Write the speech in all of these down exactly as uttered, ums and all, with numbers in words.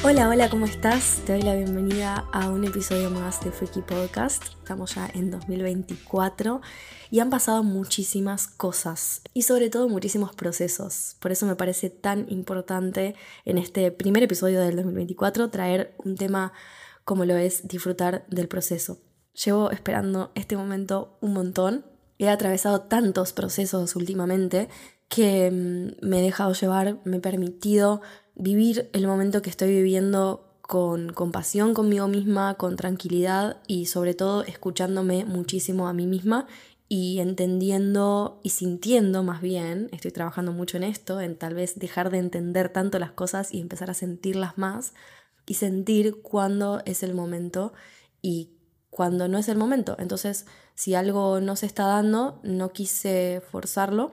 Hola, hola, ¿cómo estás? Te doy la bienvenida a un episodio más de Freaky Podcast. Estamos ya en dos mil veinticuatro y han pasado muchísimas cosas y sobre todo muchísimos procesos. Por eso me parece tan importante en este primer episodio del dos mil veinticuatro traer un tema como lo es disfrutar del proceso. Llevo esperando este momento un montón. He atravesado tantos procesos últimamente que me he dejado llevar, me he permitido vivir el momento que estoy viviendo con compasión conmigo misma, con tranquilidad y sobre todo escuchándome muchísimo a mí misma y entendiendo y sintiendo más bien, estoy trabajando mucho en esto, en tal vez dejar de entender tanto las cosas y empezar a sentirlas más y sentir cuándo es el momento y cuándo no es el momento. Entonces, si algo no se está dando, no quise forzarlo.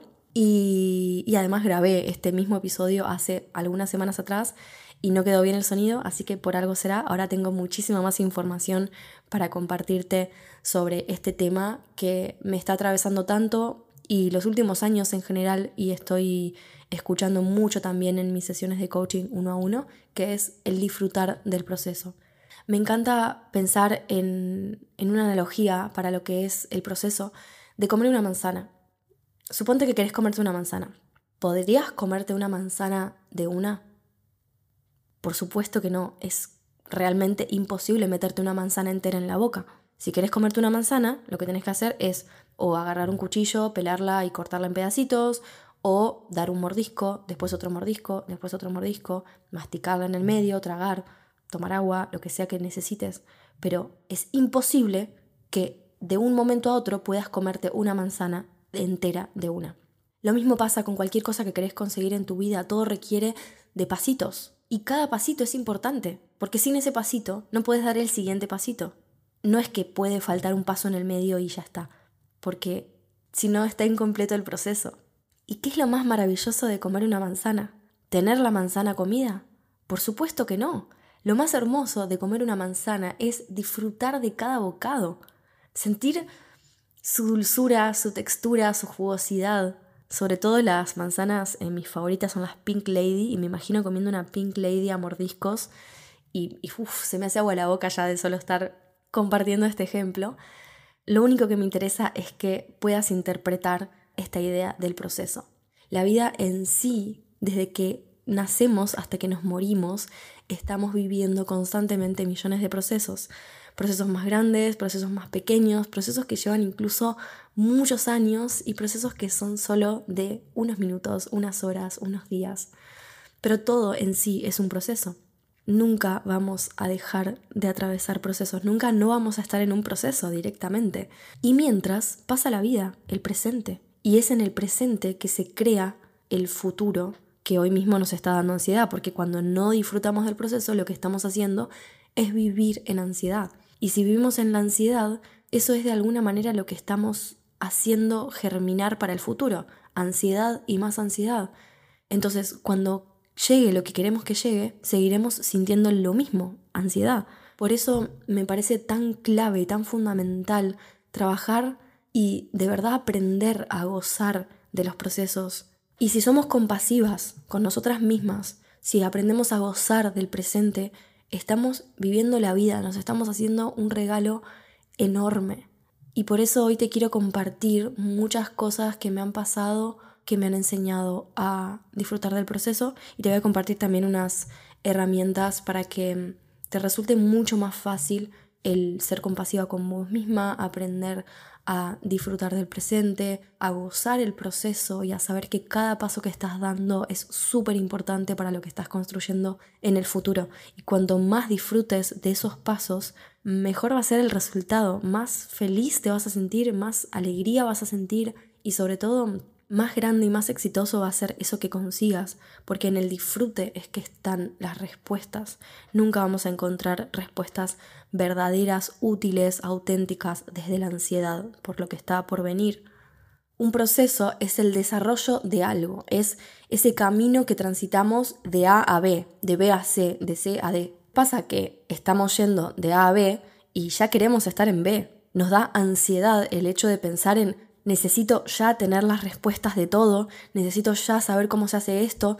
Y, y además grabé este mismo episodio hace algunas semanas atrás y no quedó bien el sonido, así que por algo será. Ahora tengo muchísima más información para compartirte sobre este tema que me está atravesando tanto y los últimos años en general, y estoy escuchando mucho también en mis sesiones de coaching uno a uno, que es el disfrutar del proceso. Me encanta pensar en, en una analogía para lo que es el proceso de comer una manzana. Suponte que querés comerte una manzana. ¿Podrías comerte una manzana de una? Por supuesto que no. Es realmente imposible meterte una manzana entera en la boca. Si querés comerte una manzana, lo que tenés que hacer es o agarrar un cuchillo, pelarla y cortarla en pedacitos, o dar un mordisco, después otro mordisco, después otro mordisco, masticarla en el medio, tragar, tomar agua, lo que sea que necesites. Pero es imposible que de un momento a otro puedas comerte una manzana entera de una. Lo mismo pasa con cualquier cosa que querés conseguir en tu vida. Todo requiere de pasitos y cada pasito es importante, porque sin ese pasito no puedes dar el siguiente pasito. No es que puede faltar un paso en el medio y ya está, porque si no está incompleto el proceso. ¿Y qué es lo más maravilloso de comer una manzana? ¿Tener la manzana comida? Por supuesto que no. Lo más hermoso de comer una manzana es disfrutar de cada bocado, sentir su dulzura, su textura, su jugosidad. Sobre todo las manzanas, eh, mis favoritas son las Pink Lady, y me imagino comiendo una Pink Lady a mordiscos y, y uf, se me hace agua la boca ya de solo estar compartiendo este ejemplo. Lo único que me interesa es que puedas interpretar esta idea del proceso. La vida en sí, desde que nacemos hasta que nos morimos, estamos viviendo constantemente millones de procesos. Procesos más grandes, procesos más pequeños, procesos que llevan incluso muchos años y procesos que son solo de unos minutos, unas horas, unos días. Pero todo en sí es un proceso. Nunca vamos a dejar de atravesar procesos, nunca no vamos a estar en un proceso directamente. Y mientras pasa la vida, el presente. Y es en el presente que se crea el futuro que hoy mismo nos está dando ansiedad, porque cuando no disfrutamos del proceso, lo que estamos haciendo es vivir en ansiedad. Y si vivimos en la ansiedad, eso es de alguna manera lo que estamos haciendo germinar para el futuro. Ansiedad y más ansiedad. Entonces, cuando llegue lo que queremos que llegue, seguiremos sintiendo lo mismo, ansiedad. Por eso me parece tan clave y tan fundamental trabajar y de verdad aprender a gozar de los procesos. Y si somos compasivas con nosotras mismas, si aprendemos a gozar del presente, estamos viviendo la vida, nos estamos haciendo un regalo enorme. Y por eso hoy te quiero compartir muchas cosas que me han pasado, que me han enseñado a disfrutar del proceso, y te voy a compartir también unas herramientas para que te resulte mucho más fácil el ser compasiva con vos misma, aprender a disfrutar del presente, a gozar el proceso y a saber que cada paso que estás dando es súper importante para lo que estás construyendo en el futuro. Y cuanto más disfrutes de esos pasos, mejor va a ser el resultado, más feliz te vas a sentir, más alegría vas a sentir y sobre todo más grande y más exitoso va a ser eso que consigas, porque en el disfrute es que están las respuestas. Nunca vamos a encontrar respuestas verdaderas, útiles, auténticas desde la ansiedad por lo que está por venir. Un proceso es el desarrollo de algo, es ese camino que transitamos de A a B, de B a C, de C a D. Pasa que estamos yendo de A a B y ya queremos estar en B. Nos da ansiedad el hecho de pensar en necesito ya tener las respuestas de todo, necesito ya saber cómo se hace esto.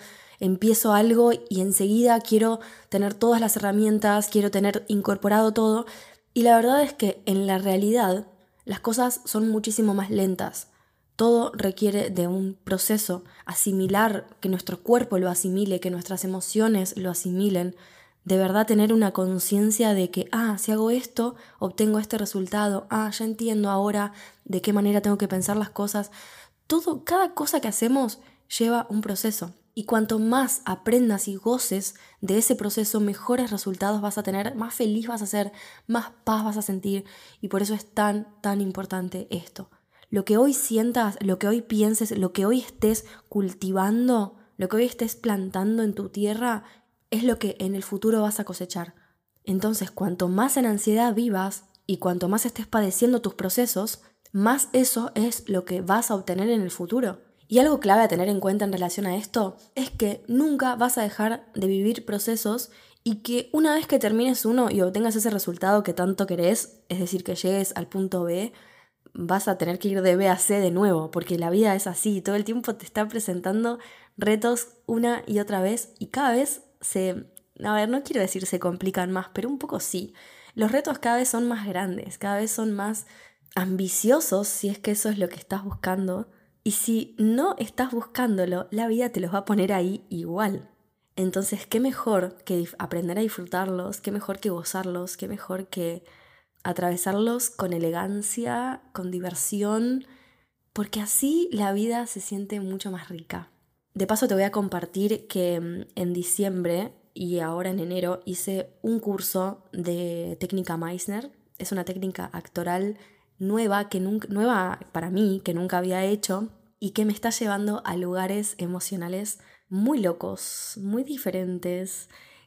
empiezo algo y enseguida quiero tener todas las herramientas, quiero tener incorporado todo. Y la verdad es que en la realidad las cosas son muchísimo más lentas. Todo requiere de un proceso, asimilar, que nuestro cuerpo lo asimile, que nuestras emociones lo asimilen. De verdad tener una conciencia de que, ah, si hago esto, obtengo este resultado. Ah, ya entiendo ahora de qué manera tengo que pensar las cosas. Todo, cada cosa que hacemos lleva un proceso. Y cuanto más aprendas y goces de ese proceso, mejores resultados vas a tener, más feliz vas a ser, más paz vas a sentir. Y por eso es tan, tan importante esto. Lo que hoy sientas, lo que hoy pienses, lo que hoy estés cultivando, lo que hoy estés plantando en tu tierra, es lo que en el futuro vas a cosechar. Entonces, cuanto más en ansiedad vivas y cuanto más estés padeciendo tus procesos, más eso es lo que vas a obtener en el futuro. Y algo clave a tener en cuenta en relación a esto es que nunca vas a dejar de vivir procesos y que una vez que termines uno y obtengas ese resultado que tanto querés, es decir, que llegues al punto B, vas a tener que ir de B a C de nuevo, porque la vida es así, todo el tiempo te está presentando retos una y otra vez y cada vez se, a ver, no quiero decir se complican más, pero un poco sí. Los retos cada vez son más grandes, cada vez son más ambiciosos, si es que eso es lo que estás buscando. Y si no estás buscándolo, la vida te los va a poner ahí igual. Entonces, qué mejor que aprender a disfrutarlos, qué mejor que gozarlos, qué mejor que atravesarlos con elegancia, con diversión, porque así la vida se siente mucho más rica. De paso te voy a compartir que en diciembre y ahora en enero hice un curso de técnica Meisner. Es una técnica actoral nueva, que nunca, nueva para mí, que nunca había hecho y que me está llevando a lugares emocionales muy locos, muy diferentes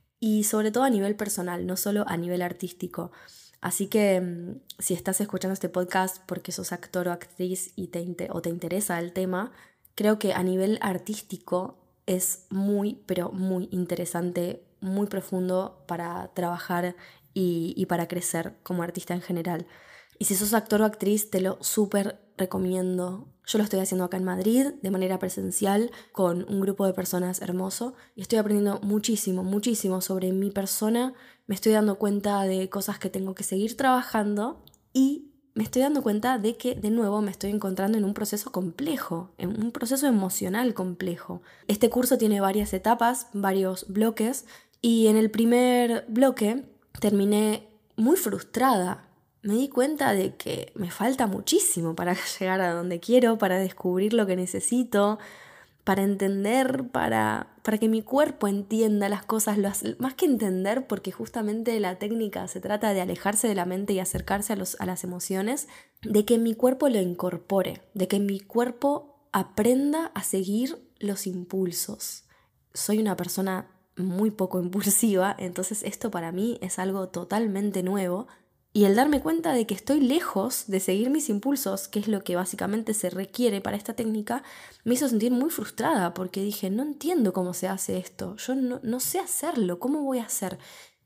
y sobre todo a nivel personal, no solo a nivel artístico. Así que si estás escuchando este podcast porque sos actor o actriz y te, o te interesa el tema, creo que a nivel artístico es muy, pero muy interesante, muy profundo para trabajar y, y para crecer como artista en general. Y si sos actor o actriz, te lo súper recomiendo. Yo lo estoy haciendo acá en Madrid de manera presencial con un grupo de personas hermoso y estoy aprendiendo muchísimo, muchísimo sobre mi persona. Me estoy dando cuenta de cosas que tengo que seguir trabajando y me estoy dando cuenta de que de nuevo me estoy encontrando en un proceso complejo, en un proceso emocional complejo. Este curso tiene varias etapas, varios bloques y en el primer bloque terminé muy frustrada. Me di cuenta de que me falta muchísimo para llegar a donde quiero, para descubrir lo que necesito, para entender, para, para que mi cuerpo entienda las cosas, más que entender, porque justamente la técnica se trata de alejarse de la mente y acercarse a, los, a las emociones, de que mi cuerpo lo incorpore, de que mi cuerpo aprenda a seguir los impulsos. Soy una persona muy poco impulsiva, entonces esto para mí es algo totalmente nuevo. Y el darme cuenta de que estoy lejos de seguir mis impulsos, que es lo que básicamente se requiere para esta técnica, me hizo sentir muy frustrada porque dije, no entiendo cómo se hace esto, yo no, no sé hacerlo, ¿cómo voy a hacer?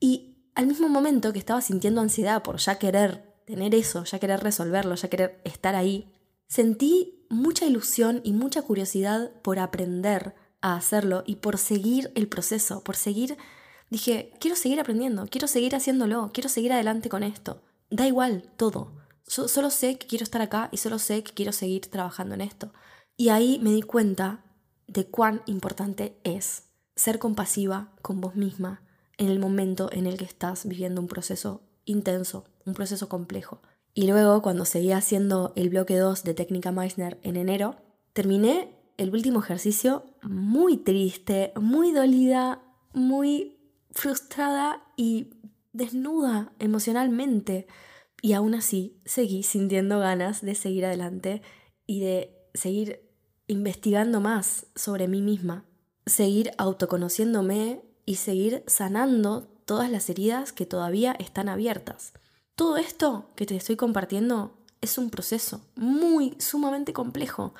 Y al mismo momento que estaba sintiendo ansiedad por ya querer tener eso, ya querer resolverlo, ya querer estar ahí, sentí mucha ilusión y mucha curiosidad por aprender a hacerlo y por seguir el proceso, por seguir... Dije, quiero seguir aprendiendo, quiero seguir haciéndolo, quiero seguir adelante con esto. Da igual, todo. Yo solo sé que quiero estar acá y solo sé que quiero seguir trabajando en esto. Y ahí me di cuenta de cuán importante es ser compasiva con vos misma en el momento en el que estás viviendo un proceso intenso, un proceso complejo. Y luego, cuando seguía haciendo el bloque dos de Técnica Meisner en enero, terminé el último ejercicio muy triste, muy dolida, muy frustrada y desnuda emocionalmente. Y aún así seguí sintiendo ganas de seguir adelante y de seguir investigando más sobre mí misma, seguir autoconociéndome y seguir sanando todas las heridas que todavía están abiertas. Todo esto que te estoy compartiendo es un proceso muy sumamente complejo.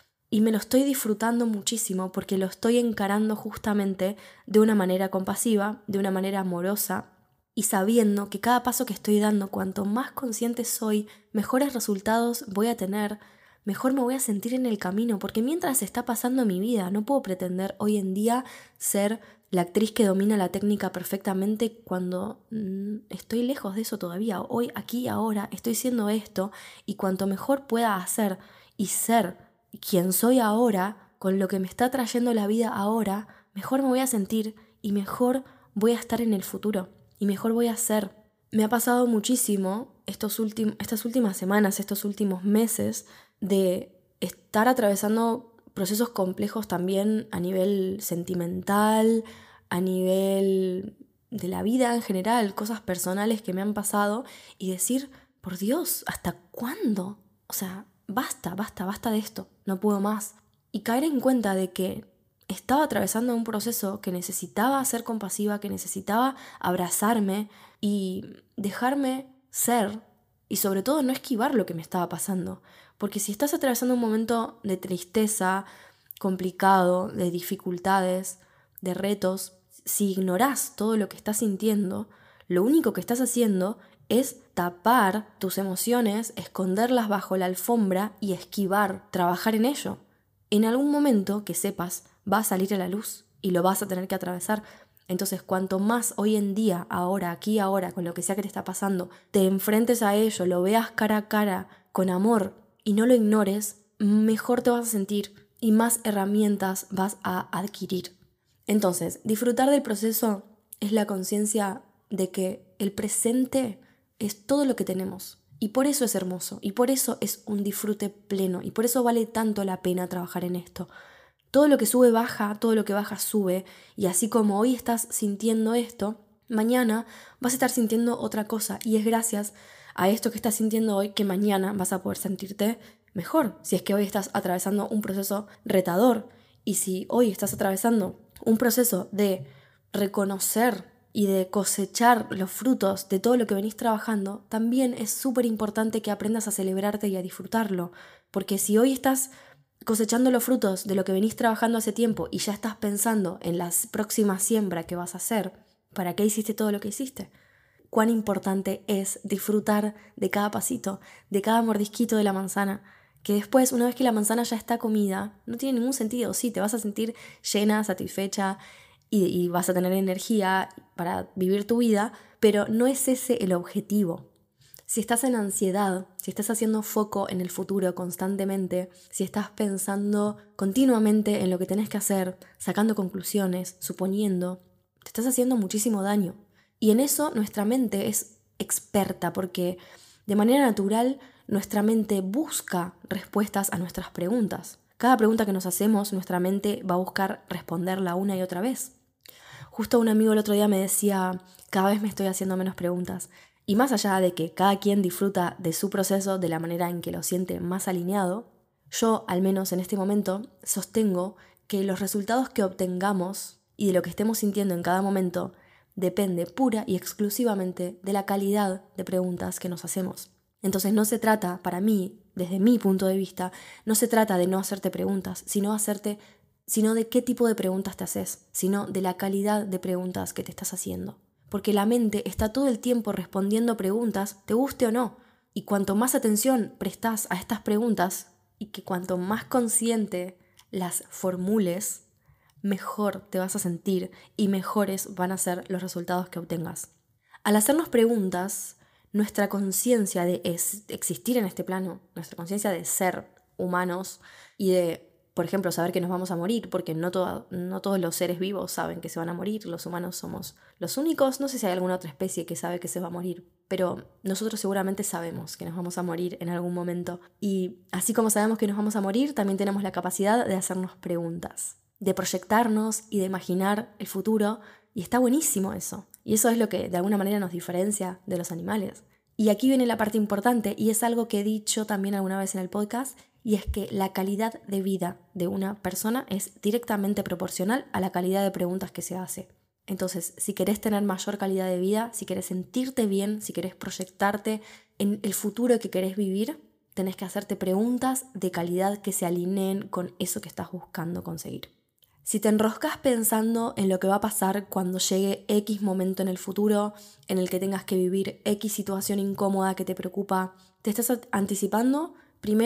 Y me lo estoy disfrutando muchísimo porque lo estoy encarando justamente de una manera compasiva, de una manera amorosa y sabiendo que cada paso que estoy dando, cuanto más consciente soy, mejores resultados voy a tener, mejor me voy a sentir en el camino, porque mientras está pasando mi vida, no puedo pretender hoy en día ser la actriz que domina la técnica perfectamente cuando mm, estoy lejos de eso todavía. Hoy, aquí, ahora, estoy siendo esto, y cuanto mejor pueda hacer y ser quien soy ahora, con lo que me está trayendo la vida ahora, mejor me voy a sentir y mejor voy a estar en el futuro y mejor voy a ser. Me ha pasado muchísimo estos últimos, estas últimas semanas, estos últimos meses, de estar atravesando procesos complejos también a nivel sentimental, a nivel de la vida en general, cosas personales que me han pasado, y decir, por Dios, ¿hasta cuándo? O sea, basta, basta, basta de esto, no puedo más. Y caer en cuenta de que estaba atravesando un proceso que necesitaba ser compasiva, que necesitaba abrazarme y dejarme ser, y sobre todo no esquivar lo que me estaba pasando. Porque si estás atravesando un momento de tristeza, complicado, de dificultades, de retos, si ignorás todo lo que estás sintiendo, lo único que estás haciendo es tapar tus emociones, esconderlas bajo la alfombra y esquivar, trabajar en ello. En algún momento, que sepas, va a salir a la luz y lo vas a tener que atravesar. Entonces, cuanto más hoy en día, ahora, aquí, ahora, con lo que sea que te está pasando, te enfrentes a ello, lo veas cara a cara, con amor, y no lo ignores, mejor te vas a sentir y más herramientas vas a adquirir. Entonces, disfrutar del proceso es la conciencia de que el presente es todo lo que tenemos. Y por eso es hermoso, y por eso es un disfrute pleno, y por eso vale tanto la pena trabajar en esto. Todo lo que sube baja, todo lo que baja sube, y así como hoy estás sintiendo esto, mañana vas a estar sintiendo otra cosa, y es gracias a esto que estás sintiendo hoy que mañana vas a poder sentirte mejor. Si es que hoy estás atravesando un proceso retador, y si hoy estás atravesando un proceso de reconocer y de cosechar los frutos de todo lo que venís trabajando, también es súper importante que aprendas a celebrarte y a disfrutarlo. Porque si hoy estás cosechando los frutos de lo que venís trabajando hace tiempo y ya estás pensando en la próxima siembra que vas a hacer, ¿para qué hiciste todo lo que hiciste? Cuán importante es disfrutar de cada pasito, de cada mordisquito de la manzana, que después, una vez que la manzana ya está comida, no tiene ningún sentido. Sí, te vas a sentir llena, satisfecha, Y, y vas a tener energía para vivir tu vida, pero no es ese el objetivo. Si estás en ansiedad, si estás haciendo foco en el futuro constantemente, si estás pensando continuamente en lo que tenés que hacer, sacando conclusiones, suponiendo, te estás haciendo muchísimo daño. Y en eso nuestra mente es experta, porque de manera natural nuestra mente busca respuestas a nuestras preguntas. Cada pregunta que nos hacemos, nuestra mente va a buscar responderla una y otra vez. Justo un amigo el otro día me decía, cada vez me estoy haciendo menos preguntas. Y más allá de que cada quien disfruta de su proceso de la manera en que lo siente más alineado, yo, al menos en este momento, sostengo que los resultados que obtengamos y de lo que estemos sintiendo en cada momento depende pura y exclusivamente de la calidad de preguntas que nos hacemos. Entonces no se trata, para mí, desde mi punto de vista, no se trata de no hacerte preguntas, sino hacerte, sino de qué tipo de preguntas te haces, sino de la calidad de preguntas que te estás haciendo. Porque la mente está todo el tiempo respondiendo preguntas, te guste o no. Y cuanto más atención prestas a estas preguntas, y que cuanto más consciente las formules, mejor te vas a sentir y mejores van a ser los resultados que obtengas. Al hacernos preguntas, nuestra conciencia de es, existir en este plano, nuestra conciencia de ser humanos y de, por ejemplo, saber que nos vamos a morir, porque no, todo, no todos los seres vivos saben que se van a morir, los humanos somos los únicos, no sé si hay alguna otra especie que sabe que se va a morir, pero nosotros seguramente sabemos que nos vamos a morir en algún momento. Y así como sabemos que nos vamos a morir, también tenemos la capacidad de hacernos preguntas, de proyectarnos y de imaginar el futuro, y está buenísimo eso. Y eso es lo que de alguna manera nos diferencia de los animales. Y aquí viene la parte importante, y es algo que he dicho también alguna vez en el podcast, y es que la calidad de vida de una persona es directamente proporcional a la calidad de preguntas que se hace. Entonces, si querés tener mayor calidad de vida, si querés sentirte bien, si querés proyectarte en el futuro que querés vivir, tenés que hacerte preguntas de calidad que se alineen con eso que estás buscando conseguir. Si te enroscas pensando en lo que va a pasar cuando llegue X momento en el futuro, en el que tengas que vivir X situación incómoda que te preocupa, te estás anticipando, primero,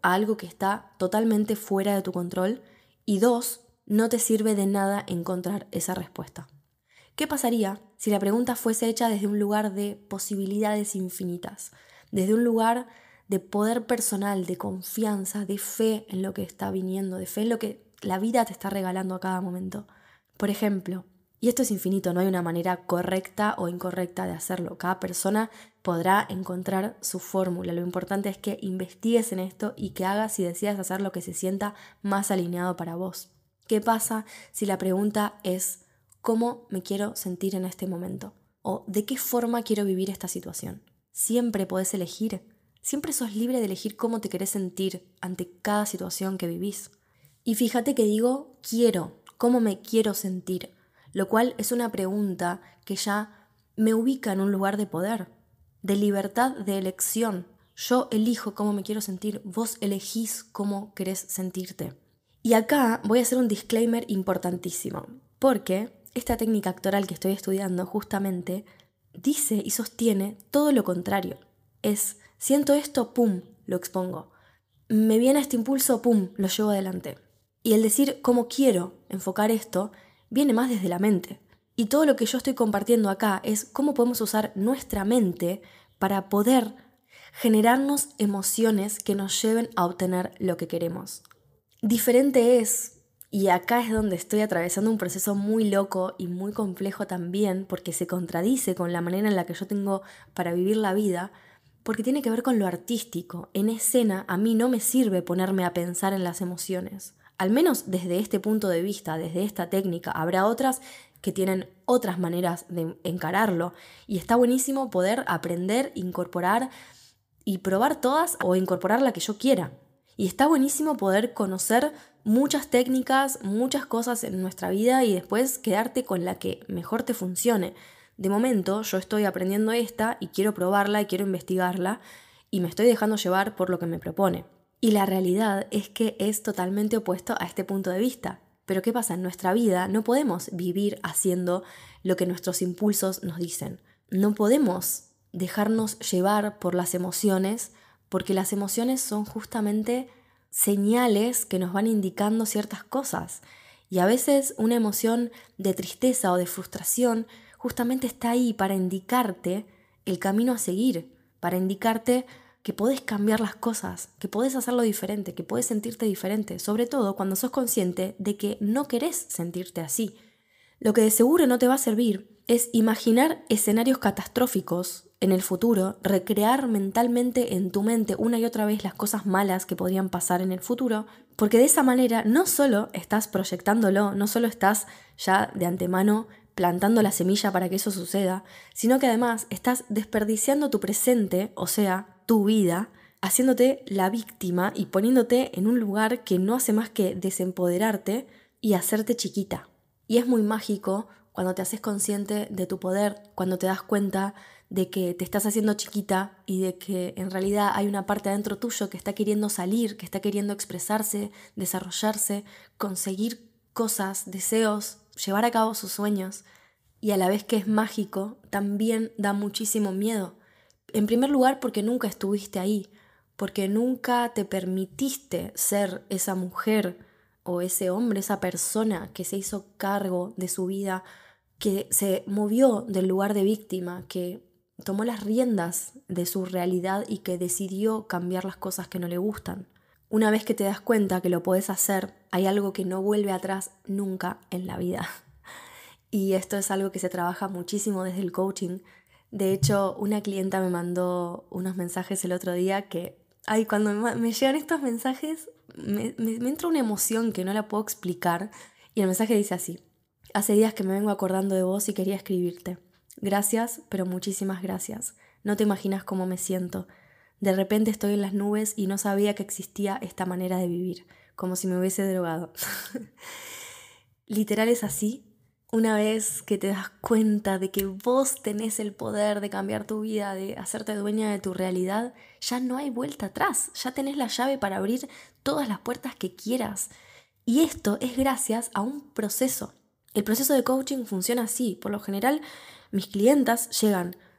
a algo que está totalmente fuera de tu control. Y dos, no te sirve de nada encontrar esa respuesta. ¿Qué pasaría si la pregunta fuese hecha desde un lugar de posibilidades infinitas? Desde un lugar de poder personal, de confianza, de fe en lo que está viniendo, de fe en lo que la vida te está regalando a cada momento. Por ejemplo, y esto es infinito, no hay una manera correcta o incorrecta de hacerlo. Cada persona podrá encontrar su fórmula. Lo importante es que investigues en esto y que hagas y decidas hacer lo que se sienta más alineado para vos. ¿Qué pasa si la pregunta es ¿cómo me quiero sentir en este momento? ¿O de qué forma quiero vivir esta situación? Siempre podés elegir. Siempre sos libre de elegir cómo te querés sentir ante cada situación que vivís. Y fíjate que digo quiero, ¿cómo me quiero sentir? Lo cual es una pregunta que ya me ubica en un lugar de poder, de libertad de elección. Yo elijo cómo me quiero sentir, vos elegís cómo querés sentirte. Y acá voy a hacer un disclaimer importantísimo, porque esta técnica actoral que estoy estudiando justamente dice y sostiene todo lo contrario. Es, siento esto, pum, lo expongo. Me viene este impulso, pum, lo llevo adelante. Y el decir cómo quiero enfocar esto viene más desde la mente. Y todo lo que yo estoy compartiendo acá es cómo podemos usar nuestra mente para poder generarnos emociones que nos lleven a obtener lo que queremos. Diferente es, y acá es donde estoy atravesando un proceso muy loco y muy complejo también, porque se contradice con la manera en la que yo tengo para vivir la vida, porque tiene que ver con lo artístico. En escena a mí no me sirve ponerme a pensar en las emociones. Al menos desde este punto de vista, desde esta técnica. Habrá otras que tienen otras maneras de encararlo. Y está buenísimo poder aprender, incorporar y probar todas o incorporar la que yo quiera. Y está buenísimo poder conocer muchas técnicas, muchas cosas en nuestra vida y después quedarte con la que mejor te funcione. De momento yo estoy aprendiendo esta y quiero probarla y quiero investigarla y me estoy dejando llevar por lo que me propone. Y la realidad es que es totalmente opuesto a este punto de vista. Pero ¿qué pasa? En nuestra vida no podemos vivir haciendo lo que nuestros impulsos nos dicen. No podemos dejarnos llevar por las emociones porque las emociones son justamente señales que nos van indicando ciertas cosas. Y a veces una emoción de tristeza o de frustración justamente está ahí para indicarte el camino a seguir, para indicarte que podés cambiar las cosas, que podés hacerlo diferente, que podés sentirte diferente, sobre todo cuando sos consciente de que no querés sentirte así. Lo que de seguro no te va a servir es imaginar escenarios catastróficos en el futuro, recrear mentalmente en tu mente una y otra vez las cosas malas que podrían pasar en el futuro, porque de esa manera no solo estás proyectándolo, no solo estás ya de antemano plantando la semilla para que eso suceda, sino que además estás desperdiciando tu presente, o sea, tu vida, haciéndote la víctima y poniéndote en un lugar que no hace más que desempoderarte y hacerte chiquita. Y es muy mágico cuando te haces consciente de tu poder, cuando te das cuenta de que te estás haciendo chiquita y de que en realidad hay una parte adentro tuyo que está queriendo salir, que está queriendo expresarse, desarrollarse, conseguir cosas, deseos, llevar a cabo sus sueños. Y a la vez que es mágico, también da muchísimo miedo. En primer lugar, porque nunca estuviste ahí, porque nunca te permitiste ser esa mujer o ese hombre, esa persona que se hizo cargo de su vida, que se movió del lugar de víctima, que tomó las riendas de su realidad y que decidió cambiar las cosas que no le gustan. Una vez que te das cuenta que lo podés hacer, hay algo que no vuelve atrás nunca en la vida. Y esto es algo que se trabaja muchísimo desde el coaching. De hecho, una clienta me mandó unos mensajes el otro día que, ay, cuando me, me llegan estos mensajes, me, me, me entra una emoción que no la puedo explicar. Y el mensaje dice así: hace días que me vengo acordando de vos y quería escribirte. Gracias, pero muchísimas gracias. No te imaginas cómo me siento. De repente estoy en las nubes y no sabía que existía esta manera de vivir, como si me hubiese drogado. Literal es así. Una vez que te das cuenta de que vos tenés el poder de cambiar tu vida, de hacerte dueña de tu realidad, ya no hay vuelta atrás. Ya tenés la llave para abrir todas las puertas que quieras. Y esto es gracias a un proceso. El proceso de coaching funciona así. Por lo general, mis clientas llegan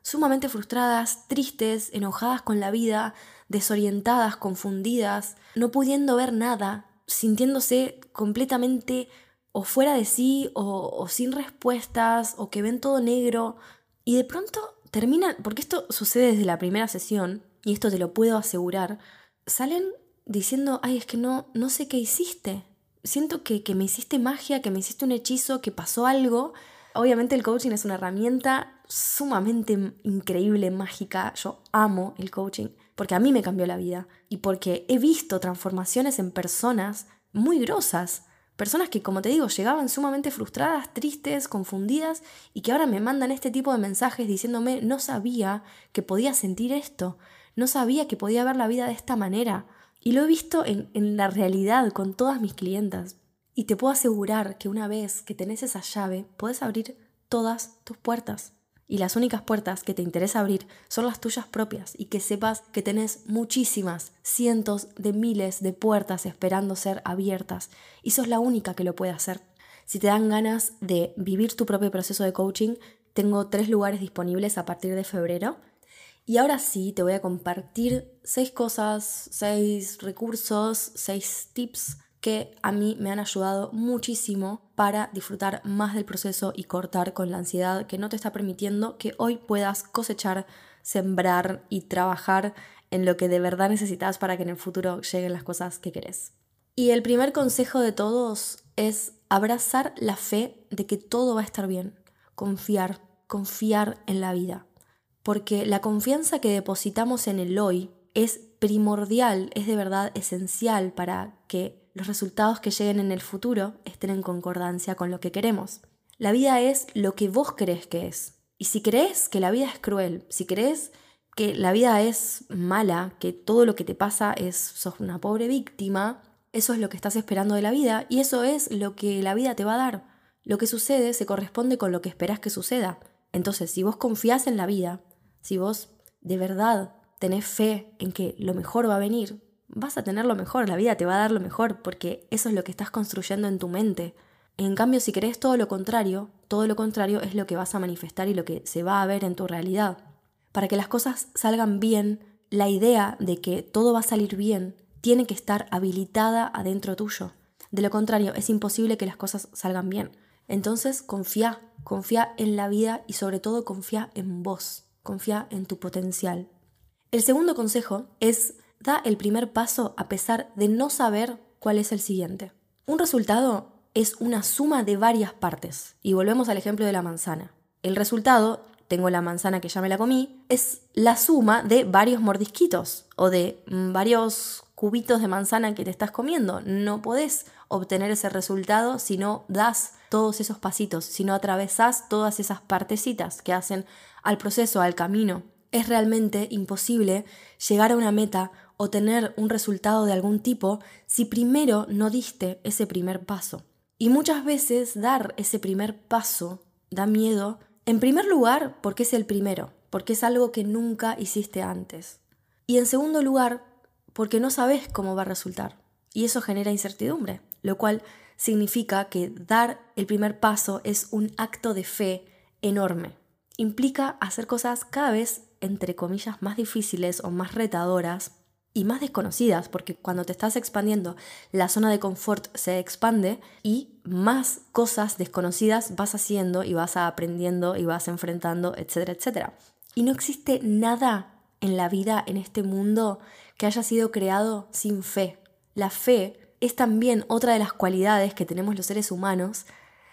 sumamente frustradas, tristes, enojadas con la vida, desorientadas, confundidas, no pudiendo ver nada, sintiéndose completamente o fuera de sí o, o sin respuestas o que ven todo negro y de pronto terminan, porque esto sucede desde la primera sesión y esto te lo puedo asegurar, salen diciendo, ay, es que no, no sé qué hiciste, siento que, que me hiciste magia, que me hiciste un hechizo, que pasó algo. Obviamente el coaching es una herramienta sumamente increíble, mágica, yo amo el coaching porque a mí me cambió la vida y porque he visto transformaciones en personas muy grosas, personas que, como te digo, llegaban sumamente frustradas, tristes, confundidas y que ahora me mandan este tipo de mensajes diciéndome no sabía que podía sentir esto, no sabía que podía ver la vida de esta manera. Y lo he visto en, en la realidad con todas mis clientas. Y te puedo asegurar que una vez que tenés esa llave, podés abrir todas tus puertas. Y las únicas puertas que te interesa abrir son las tuyas propias y que sepas que tenés muchísimas, cientos de miles de puertas esperando ser abiertas y sos la única que lo puede hacer. Si te dan ganas de vivir tu propio proceso de coaching, tengo tres lugares disponibles a partir de febrero. Y ahora sí te voy a compartir seis cosas, seis recursos, seis tips que a mí me han ayudado muchísimo para disfrutar más del proceso y cortar con la ansiedad que no te está permitiendo que hoy puedas cosechar, sembrar y trabajar en lo que de verdad necesitas para que en el futuro lleguen las cosas que querés. Y el primer consejo de todos es abrazar la fe de que todo va a estar bien, confiar, confiar en la vida. Porque la confianza que depositamos en el hoy es primordial, es de verdad esencial para que los resultados que lleguen en el futuro estén en concordancia con lo que queremos. La vida es lo que vos crees que es. Y si crees que la vida es cruel, si crees que la vida es mala, que todo lo que te pasa es sos una pobre víctima, eso es lo que estás esperando de la vida y eso es lo que la vida te va a dar. Lo que sucede se corresponde con lo que esperás que suceda. Entonces, si vos confías en la vida, si vos de verdad tenés fe en que lo mejor va a venir, vas a tener lo mejor, la vida te va a dar lo mejor, porque eso es lo que estás construyendo en tu mente. En cambio, si crees todo lo contrario, todo lo contrario es lo que vas a manifestar y lo que se va a ver en tu realidad. Para que las cosas salgan bien, la idea de que todo va a salir bien tiene que estar habilitada adentro tuyo. De lo contrario, es imposible que las cosas salgan bien. Entonces, confía, confía en la vida y sobre todo confía en vos. Confía en tu potencial. El segundo consejo es, da el primer paso a pesar de no saber cuál es el siguiente. Un resultado es una suma de varias partes. Y volvemos al ejemplo de la manzana. El resultado, tengo la manzana que ya me la comí, es la suma de varios mordisquitos o de varios cubitos de manzana que te estás comiendo. No podés obtener ese resultado si no das todos esos pasitos, si no atravesás todas esas partecitas que hacen al proceso, al camino. Es realmente imposible llegar a una meta o tener un resultado de algún tipo si primero no diste ese primer paso. Y muchas veces dar ese primer paso da miedo, en primer lugar porque es el primero, porque es algo que nunca hiciste antes. Y en segundo lugar, porque no sabes cómo va a resultar. Y eso genera incertidumbre, lo cual significa que dar el primer paso es un acto de fe enorme. Implica hacer cosas cada vez, entre comillas, más difíciles o más retadoras y más desconocidas, porque cuando te estás expandiendo, la zona de confort se expande y más cosas desconocidas vas haciendo y vas aprendiendo y vas enfrentando, etcétera, etcétera. Y no existe nada en la vida, en este mundo, que haya sido creado sin fe. La fe es también otra de las cualidades que tenemos los seres humanos,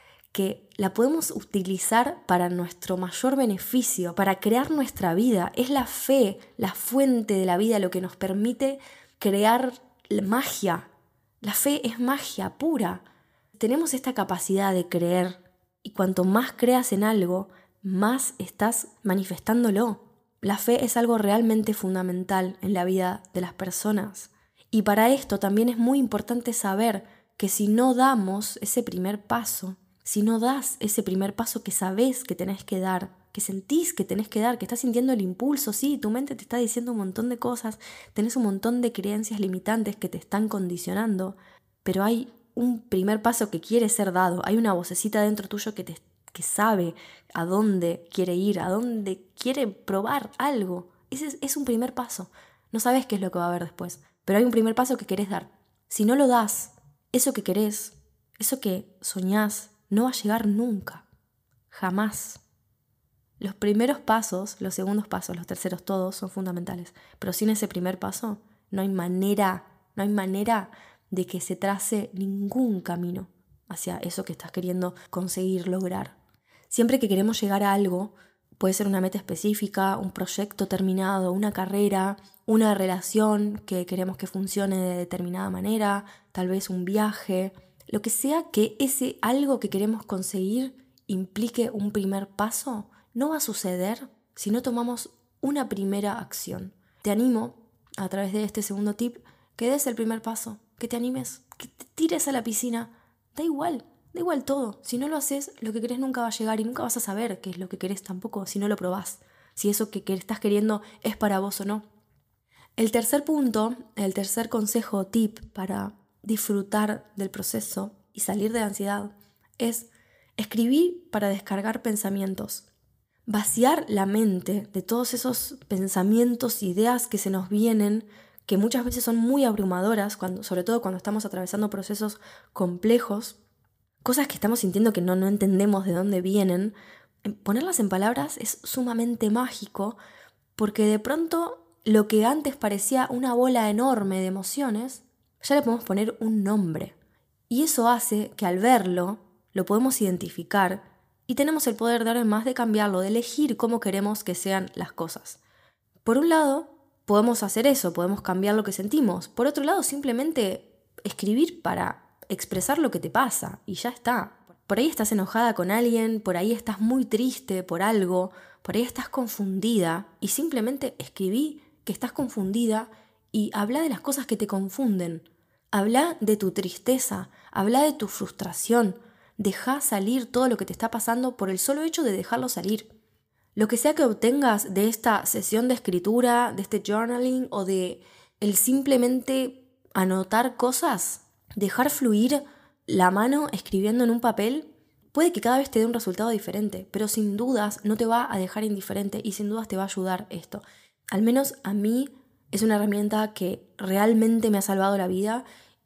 que la podemos utilizar para nuestro mayor beneficio, para crear nuestra vida. Es la fe, la fuente de la vida, lo que nos permite crear magia. La fe es magia pura. Tenemos esta capacidad de creer y cuanto más creas en algo, más estás manifestándolo. La fe es algo realmente fundamental en la vida de las personas. Y para esto también es muy importante saber que si no damos ese primer paso, si no das ese primer paso que sabés que tenés que dar, que sentís que tenés que dar, que estás sintiendo el impulso, sí, tu mente te está diciendo un montón de cosas, tenés un montón de creencias limitantes que te están condicionando, pero hay un primer paso que quiere ser dado, hay una vocecita dentro tuyo que te, que sabe a dónde quiere ir, a dónde quiere probar algo. Ese es, es un primer paso. No sabes qué es lo que va a haber después, pero hay un primer paso que querés dar. Si no lo das, eso que querés, eso que soñás, no va a llegar nunca. Jamás. Los primeros pasos, los segundos pasos, los terceros, todos son fundamentales. Pero sin ese primer paso, no hay manera, no hay manera de que se trace ningún camino hacia eso que estás queriendo conseguir, lograr. Siempre que queremos llegar a algo, puede ser una meta específica, un proyecto terminado, una carrera, una relación que queremos que funcione de determinada manera, tal vez un viaje, lo que sea que ese algo que queremos conseguir implique un primer paso, no va a suceder si no tomamos una primera acción. Te animo, a través de este segundo tip, que des el primer paso, que te animes, que te tires a la piscina. Da igual, da igual todo. Si no lo haces, lo que querés nunca va a llegar y nunca vas a saber qué es lo que querés tampoco si no lo probás. Si eso que estás queriendo es para vos o no. El tercer punto, el tercer consejo o tip para disfrutar del proceso y salir de la ansiedad es escribir para descargar pensamientos. Vaciar la mente de todos esos pensamientos, ideas que se nos vienen, que muchas veces son muy abrumadoras, cuando, sobre todo cuando estamos atravesando procesos complejos, cosas que estamos sintiendo que no, no entendemos de dónde vienen. Ponerlas en palabras es sumamente mágico, porque de pronto lo que antes parecía una bola enorme de emociones, ya le podemos poner un nombre. Y eso hace que al verlo, lo podemos identificar y tenemos el poder de ahora en más de cambiarlo, de elegir cómo queremos que sean las cosas. Por un lado, podemos hacer eso, podemos cambiar lo que sentimos. Por otro lado, simplemente escribir para expresar lo que te pasa y ya está. Por ahí estás enojada con alguien, por ahí estás muy triste por algo, por ahí estás confundida y simplemente escribí que estás confundida y habla de las cosas que te confunden. Habla de tu tristeza, habla de tu frustración. Deja salir todo lo que te está pasando por el solo hecho de dejarlo salir. Lo que sea que obtengas de esta sesión de escritura, de este journaling o de el simplemente anotar cosas, dejar fluir la mano escribiendo en un papel, puede que cada vez te dé un resultado diferente, pero sin dudas no te va a dejar indiferente y sin dudas te va a ayudar esto. Al menos a mí es una herramienta que realmente me ha salvado la vida.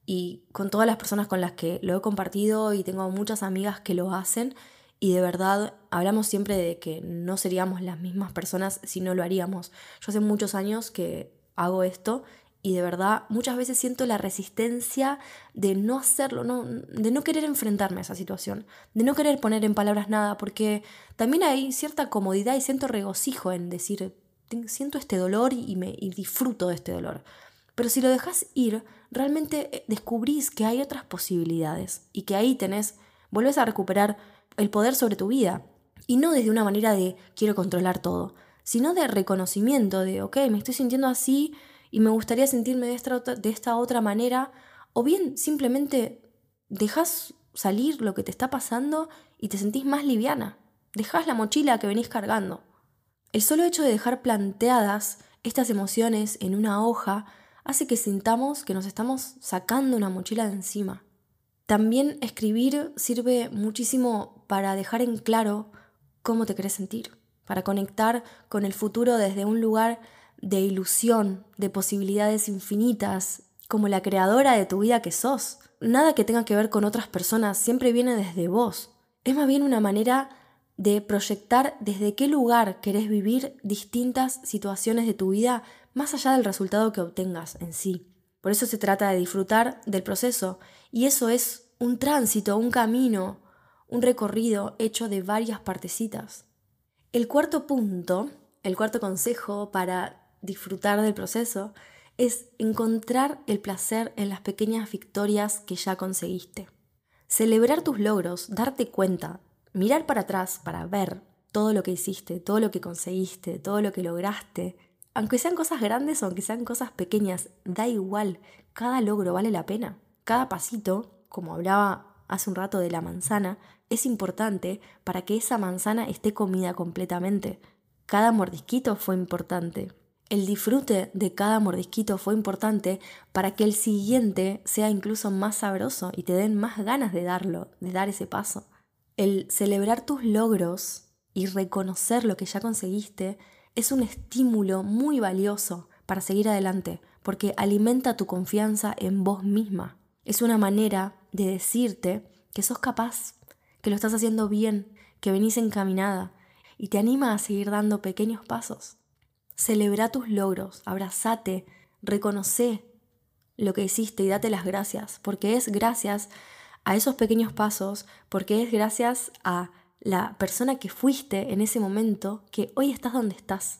Y con todas las personas con las que lo he compartido y tengo muchas amigas que lo hacen y de verdad hablamos siempre de que no seríamos las mismas personas si no lo haríamos. Yo hace muchos años que hago esto y de verdad muchas veces siento la resistencia de no hacerlo, no, de no querer enfrentarme a esa situación, de no querer poner en palabras nada, porque también hay cierta comodidad y siento regocijo en decir, siento este dolor y, me, y disfruto de este dolor. Pero si lo dejas ir, realmente descubrís que hay otras posibilidades y que ahí tenés, volvés a recuperar el poder sobre tu vida. Y no desde una manera de quiero controlar todo, sino de reconocimiento de, ok, me estoy sintiendo así y me gustaría sentirme de esta, de esta otra manera. O bien simplemente dejás salir lo que te está pasando y te sentís más liviana. Dejás la mochila que venís cargando. El solo hecho de dejar planteadas estas emociones en una hoja hace que sintamos que nos estamos sacando una mochila de encima. También escribir sirve muchísimo para dejar en claro cómo te querés sentir, para conectar con el futuro desde un lugar de ilusión, de posibilidades infinitas, como la creadora de tu vida que sos. Nada que tenga que ver con otras personas, siempre viene desde vos. Es más bien una manera de proyectar desde qué lugar querés vivir distintas situaciones de tu vida más allá del resultado que obtengas en sí. Por eso se trata de disfrutar del proceso y eso es un tránsito, un camino, un recorrido hecho de varias partecitas. El cuarto punto, el cuarto consejo para disfrutar del proceso es encontrar el placer en las pequeñas victorias que ya conseguiste. Celebrar tus logros, darte cuenta, mirar para atrás para ver todo lo que hiciste, todo lo que conseguiste, todo lo que lograste. Aunque sean cosas grandes o aunque sean cosas pequeñas, da igual, cada logro vale la pena. Cada pasito, como hablaba hace un rato de la manzana, es importante para que esa manzana esté comida completamente. Cada mordisquito fue importante. El disfrute de cada mordisquito fue importante para que el siguiente sea incluso más sabroso y te den más ganas de darlo, de dar ese paso. El celebrar tus logros y reconocer lo que ya conseguiste es un estímulo muy valioso para seguir adelante, porque alimenta tu confianza en vos misma. Es una manera de decirte que sos capaz, que lo estás haciendo bien, que venís encaminada y te anima a seguir dando pequeños pasos. Celebra tus logros, abrazate, reconoce lo que hiciste y date las gracias, porque es gracias a esos pequeños pasos, porque es gracias a la persona que fuiste en ese momento que hoy estás donde estás.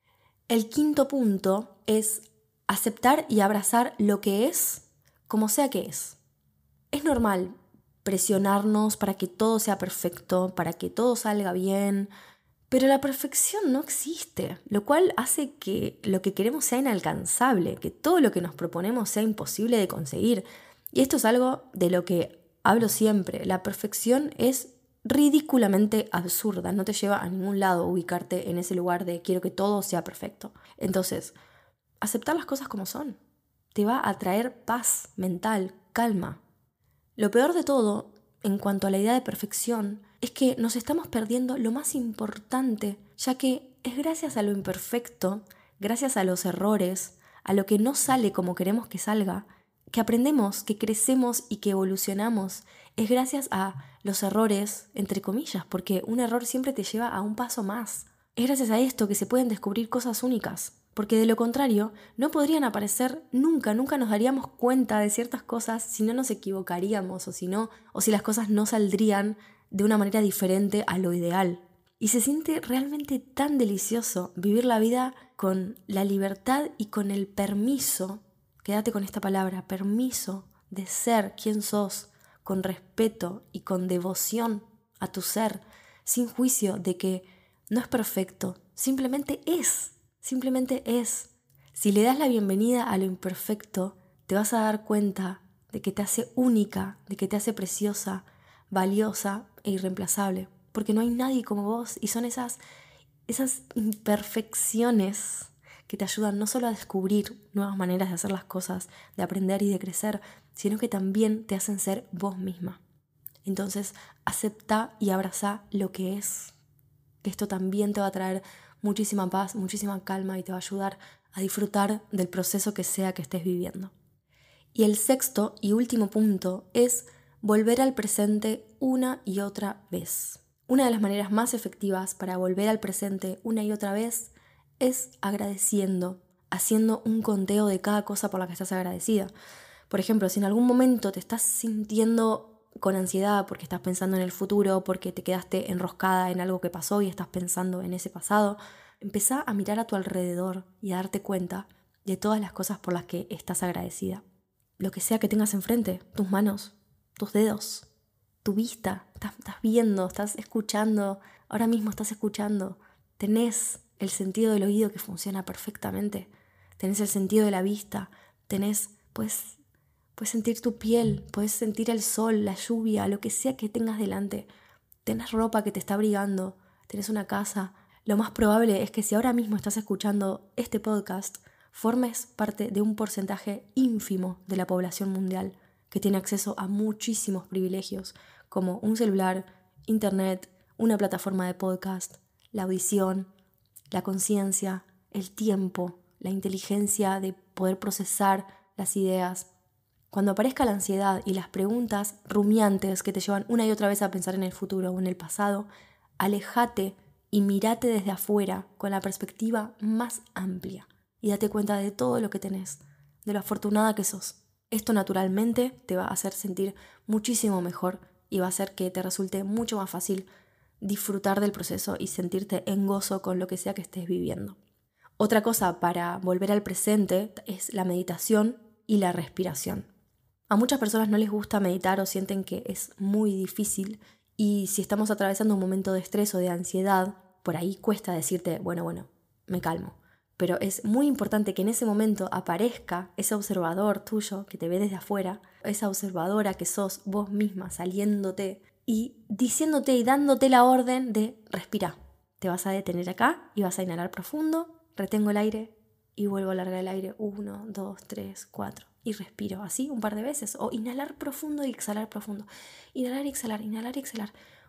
El quinto punto es aceptar y abrazar lo que es, como sea que es. Es normal presionarnos para que todo sea perfecto, para que todo salga bien, pero la perfección no existe, lo cual hace que lo que queremos sea inalcanzable, que todo lo que nos proponemos sea imposible de conseguir. Y esto es algo de lo que hablo siempre. La perfección es ridículamente absurda, no te lleva a ningún lado ubicarte en ese lugar de quiero que todo sea perfecto. Entonces, aceptar las cosas como son te va a traer paz mental, calma. Lo peor de todo, en cuanto a la idea de perfección, es que nos estamos perdiendo lo más importante, ya que es gracias a lo imperfecto, gracias a los errores, a lo que no sale como queremos que salga, que aprendemos, que crecemos y que evolucionamos. Es gracias a los errores, entre comillas, porque un error siempre te lleva a un paso más. Es gracias a esto que se pueden descubrir cosas únicas, porque de lo contrario no podrían aparecer nunca, nunca nos daríamos cuenta de ciertas cosas si no nos equivocaríamos o si no, o si las cosas no saldrían de una manera diferente a lo ideal. Y se siente realmente tan delicioso vivir la vida con la libertad y con el permiso, quédate con esta palabra, permiso de ser quien sos, con respeto y con devoción a tu ser, sin juicio de que no es perfecto, simplemente es, simplemente es. Si le das la bienvenida a lo imperfecto, te vas a dar cuenta de que te hace única, de que te hace preciosa, valiosa e irreemplazable, porque no hay nadie como vos y son esas, esas imperfecciones que te ayudan no solo a descubrir nuevas maneras de hacer las cosas, de aprender y de crecer, sino que también te hacen ser vos misma. Entonces, acepta y abraza lo que es. Esto también te va a traer muchísima paz, muchísima calma y te va a ayudar a disfrutar del proceso que sea que estés viviendo. Y el sexto y último punto es volver al presente una y otra vez. Una de las maneras más efectivas para volver al presente una y otra vez es agradeciendo, haciendo un conteo de cada cosa por la que estás agradecida. Por ejemplo, si en algún momento te estás sintiendo con ansiedad porque estás pensando en el futuro, porque te quedaste enroscada en algo que pasó y estás pensando en ese pasado, empezá a mirar a tu alrededor y a darte cuenta de todas las cosas por las que estás agradecida. Lo que sea que tengas enfrente, tus manos, tus dedos, tu vista, estás, estás viendo, estás escuchando, ahora mismo estás escuchando, tenés el sentido del oído que funciona perfectamente, tenés el sentido de la vista, tenés, pues, puedes sentir tu piel, puedes sentir el sol, la lluvia, lo que sea que tengas delante, tenés ropa que te está abrigando, tenés una casa. Lo más probable es que si ahora mismo estás escuchando este podcast, formes parte de un porcentaje ínfimo de la población mundial que tiene acceso a muchísimos privilegios, como un celular, internet, una plataforma de podcast, la audición, la conciencia, el tiempo, la inteligencia de poder procesar las ideas. Cuando aparezca la ansiedad y las preguntas rumiantes que te llevan una y otra vez a pensar en el futuro o en el pasado, aléjate y mírate desde afuera con la perspectiva más amplia y date cuenta de todo lo que tenés, de lo afortunada que sos. Esto naturalmente te va a hacer sentir muchísimo mejor y va a hacer que te resulte mucho más fácil disfrutar del proceso y sentirte en gozo con lo que sea que estés viviendo. Otra cosa para volver al presente es la meditación y la respiración. A muchas personas no les gusta meditar o sienten que es muy difícil y si estamos atravesando un momento de estrés o de ansiedad, por ahí cuesta decirte, bueno, bueno, me calmo. Pero es muy importante que en ese momento aparezca ese observador tuyo que te ve desde afuera, esa observadora que sos vos misma saliéndote y diciéndote y dándote la orden de respirar. Te vas a detener acá y vas a inhalar profundo, retengo el aire y vuelvo a alargar el aire. Uno, dos, tres, cuatro. Y respiro así un par de veces. O inhalar profundo y exhalar profundo. Inhalar y exhalar, inhalar y exhalar.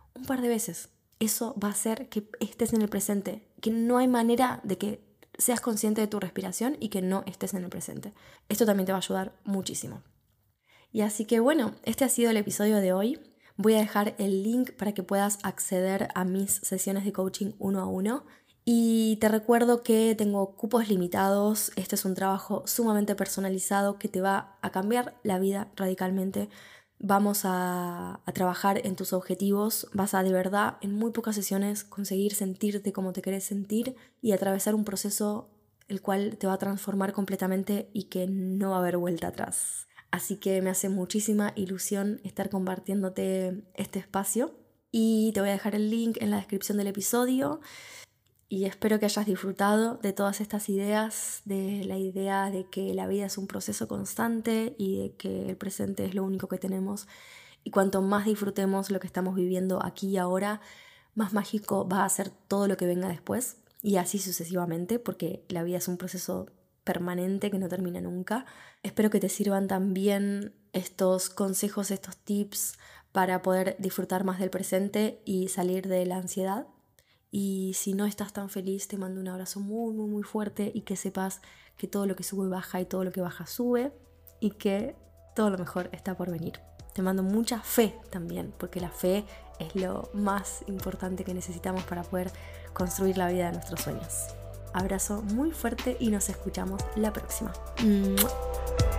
un par de veces. Eso va a hacer que estés en el presente, que no hay manera de que seas consciente de tu respiración y que no estés en el presente. Esto también te va a ayudar muchísimo. Y así que bueno, este ha sido el episodio de hoy. Voy a dejar el link para que puedas acceder a mis sesiones de coaching uno a uno. Y te recuerdo que tengo cupos limitados. Este es un trabajo sumamente personalizado que te va a cambiar la vida radicalmente. Vamos a, a trabajar en tus objetivos. Vas a de verdad en muy pocas sesiones conseguir sentirte como te querés sentir y atravesar un proceso el cual te va a transformar completamente y que no va a haber vuelta atrás. Así que me hace muchísima ilusión estar compartiéndote este espacio y te voy a dejar el link en la descripción del episodio y espero que hayas disfrutado de todas estas ideas, de la idea de que la vida es un proceso constante y de que el presente es lo único que tenemos y cuanto más disfrutemos lo que estamos viviendo aquí y ahora, más mágico va a ser todo lo que venga después y así sucesivamente, porque la vida es un proceso permanente que no termina nunca. Espero que te sirvan también estos consejos, estos tips para poder disfrutar más del presente y salir de la ansiedad. Y si no estás tan feliz, te mando un abrazo muy, muy, muy fuerte y que sepas que todo lo que sube baja y todo lo que baja sube y que todo lo mejor está por venir. Te mando mucha fe también, porque la fe es lo más importante que necesitamos para poder construir la vida de nuestros sueños. Abrazo muy fuerte y nos escuchamos la próxima. ¡Mua!